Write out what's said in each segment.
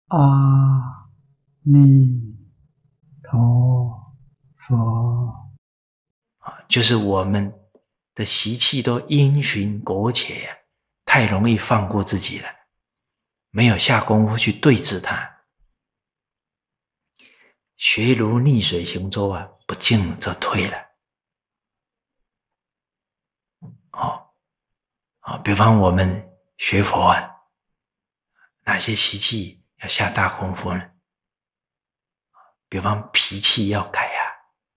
阿弥陀佛。 就是我们的习气都因循苟且，太容易放过自己了，没有下功夫去对治它。学如逆水行舟啊，不进则退了。比方我们学佛啊，哪些习气要下大功夫呢？比方脾气要改啊，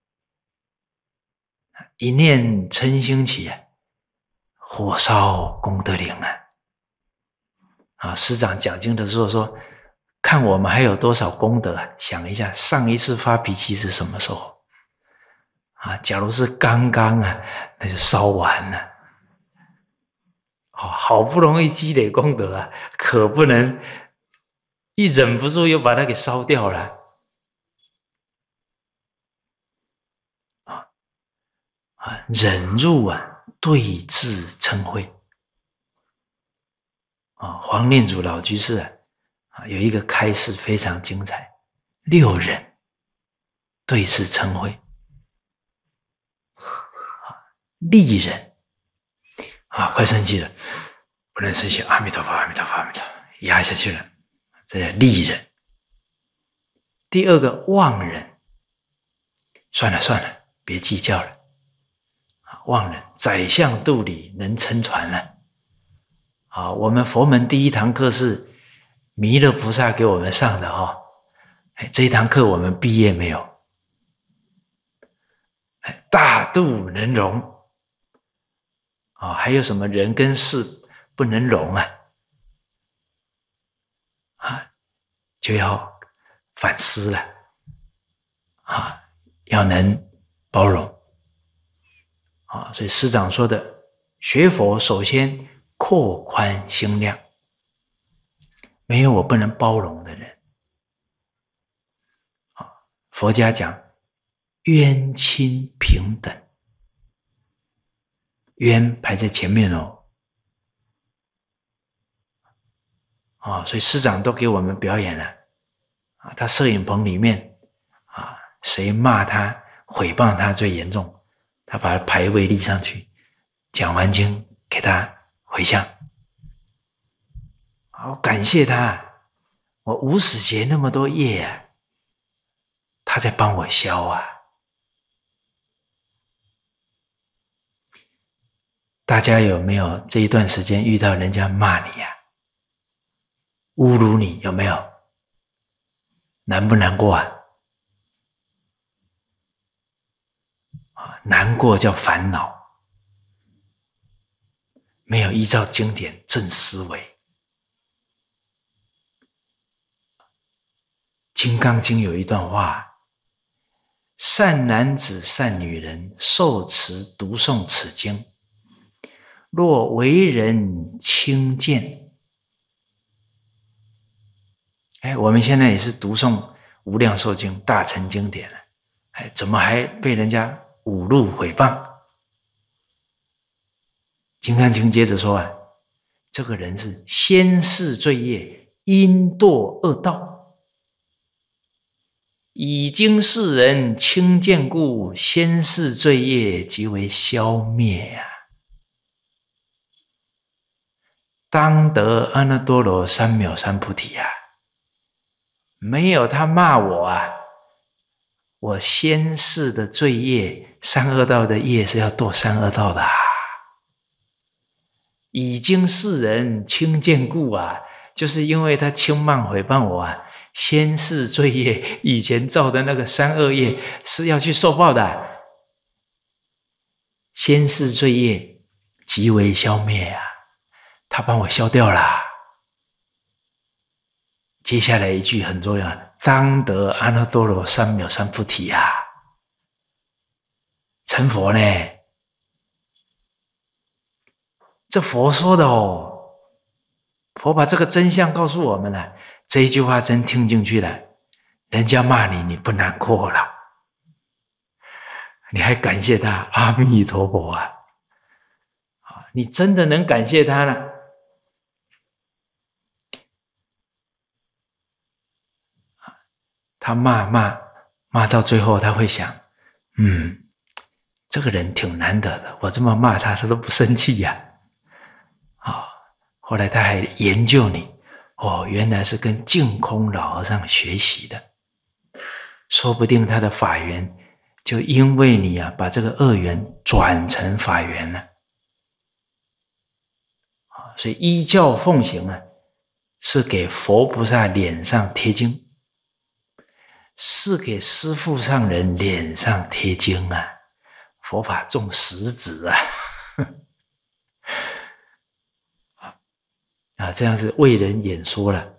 一念嗔兴起啊，火烧功德林啊！师长讲经的时候说，看我们还有多少功德啊？想一下，上一次发脾气是什么时候啊？假如是刚刚啊，那就烧完了。好不容易积累功德啊，可不能一忍不住又把它给烧掉了忍辱啊，对治嗔恚黄念祖老居士有一个开示非常精彩，6忍对治嗔恚利忍快生气了，不能生气，阿弥陀佛，阿弥陀佛，阿弥陀佛，压下去了，这叫利忍。第二个妄忍，算了算了，别计较了。妄忍，宰相肚里能撑船了。我们佛门第一堂课是弥勒菩萨给我们上的这一堂课我们毕业没有？大肚能容还有什么人跟事不能容就要反思了要能包容所以师长说的，学佛首先扩宽心量，没有我不能包容的人。佛家讲冤亲平等，冤排在前面所以师长都给我们表演了他摄影棚里面谁骂他毁谤他最严重，他把牌位立上去，讲完经给他回向我感谢他，我无始劫那么多业他在帮我消大家有没有这一段时间遇到人家骂你侮辱你，有没有？难不难过难过叫烦恼，没有依照经典正思维。金刚经有一段话，善男子善女人受持读诵此经，若为人轻贱，我们现在也是读诵无量寿经大乘经典怎么还被人家侮辱毁谤？金刚经接着说这个人是先世罪业，因堕恶道，已经世人轻贱故，先世罪业即为消灭当得阿耨多罗三藐三菩提没有他骂我我先世的罪业，三恶道的业是要堕三恶道的已经世人轻贱故就是因为他轻慢毁谤我先世罪业，以前造的那个三恶业是要去受报的，先世罪业即为消灭他帮我消掉了。接下来一句很重要，当得阿耨多罗三藐三菩提成佛呢，这佛说的佛把这个真相告诉我们了，这一句话真听进去了，人家骂你，你不难过了，你还感谢他，阿弥陀佛你真的能感谢他了。 他骂到最后，他会想，这个人挺难得的，我这么骂他，他都不生气呀。后来他还研究你，原来是跟净空老和尚学习的，说不定他的法缘就因为你把这个恶缘转成法缘了。所以依教奉行是给佛菩萨脸上贴金，是给师父上人脸上贴金佛法重实质这样是为人演说了。